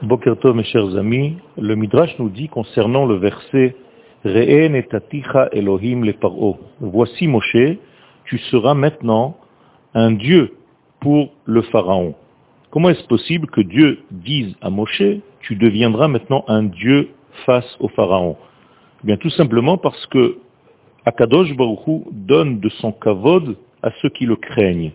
Boker Tov, mes chers amis, le Midrash nous dit concernant le verset Re'e netaticha Elohim le Paro. Voici Moshe, tu seras maintenant un Dieu pour le Pharaon. Comment est-ce possible que Dieu dise à Moshe, tu deviendras maintenant un Dieu face au Pharaon? Eh bien, tout simplement parce que Akadosh Baruch Hu donne de son kavod à ceux qui le craignent.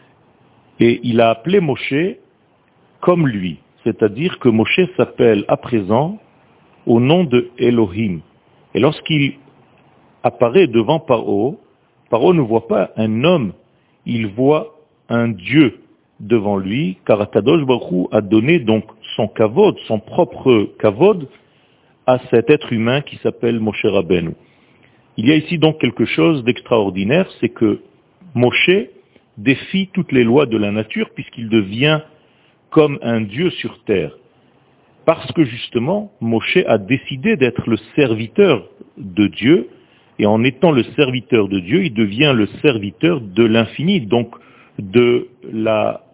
Et il a appelé Moshe comme lui. C'est-à-dire que Moshe s'appelle à présent au nom de Elohim. Et lorsqu'il apparaît devant Paro, Paro ne voit pas un homme, il voit un Dieu devant lui, car Akadosh Baruch Hu a donné donc son kavod, son propre kavod, à cet être humain qui s'appelle Moshe Rabbeinu. Il y a ici donc quelque chose d'extraordinaire, c'est que Moshe défie toutes les lois de la nature puisqu'il devient comme un Dieu sur terre. Parce que justement, Moshe a décidé d'être le serviteur de Dieu, et en étant le serviteur de Dieu, il devient le serviteur de l'infini, donc de la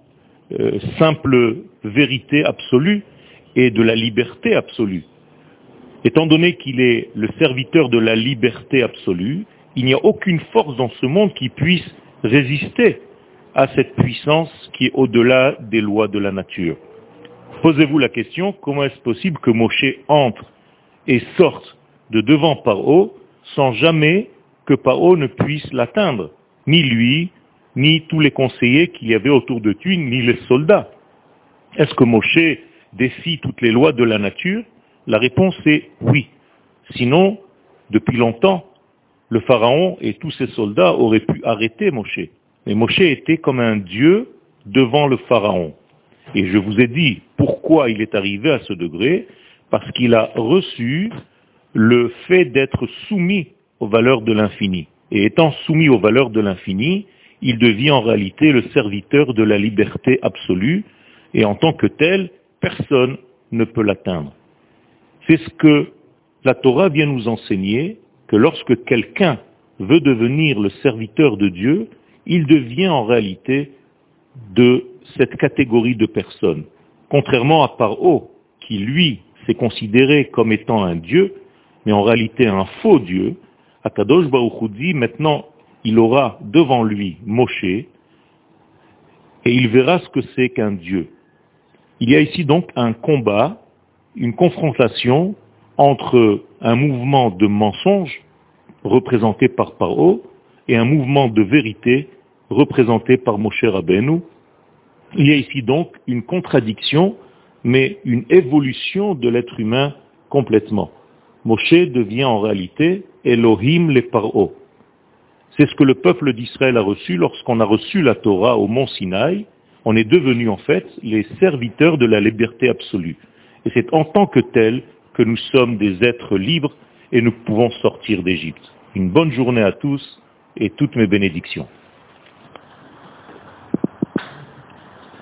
simple vérité absolue et de la liberté absolue. Étant donné qu'il est le serviteur de la liberté absolue, il n'y a aucune force dans ce monde qui puisse résister à cette puissance qui est au-delà des lois de la nature. Posez-vous la question, comment est-ce possible que Moshe entre et sorte de devant Paro sans jamais que Paro ne puisse l'atteindre, ni lui, ni tous les conseillers qu'il y avait autour de lui, ni les soldats? Est-ce que Moshe défie toutes les lois de la nature? La réponse est oui. Sinon, depuis longtemps, le Pharaon et tous ses soldats auraient pu arrêter Moshe. Mais Moshe était comme un dieu devant le Pharaon. Et je vous ai dit pourquoi il est arrivé à ce degré, parce qu'il a reçu le fait d'être soumis aux valeurs de l'infini. Et étant soumis aux valeurs de l'infini, il devient en réalité le serviteur de la liberté absolue, et en tant que tel, personne ne peut l'atteindre. C'est ce que la Torah vient nous enseigner, que lorsque quelqu'un veut devenir le serviteur de Dieu, il devient en réalité de cette catégorie de personnes. Contrairement à Paro, qui lui s'est considéré comme étant un Dieu, mais en réalité un faux Dieu, Akadosh Baruch Hu dit maintenant il aura devant lui Moshe, et il verra ce que c'est qu'un Dieu. Il y a ici donc un combat, une confrontation entre un mouvement de mensonge représenté par Paro et un mouvement de vérité représenté par Moshe Rabbeinu. Il y a ici donc une contradiction, mais une évolution de l'être humain complètement. Moshe devient en réalité Elohim le Paro. C'est ce que le peuple d'Israël a reçu lorsqu'on a reçu la Torah au mont Sinaï. On est devenus en fait les serviteurs de la liberté absolue. Et c'est en tant que tel que nous sommes des êtres libres et nous pouvons sortir d'Égypte. Une bonne journée à tous et toutes mes bénédictions.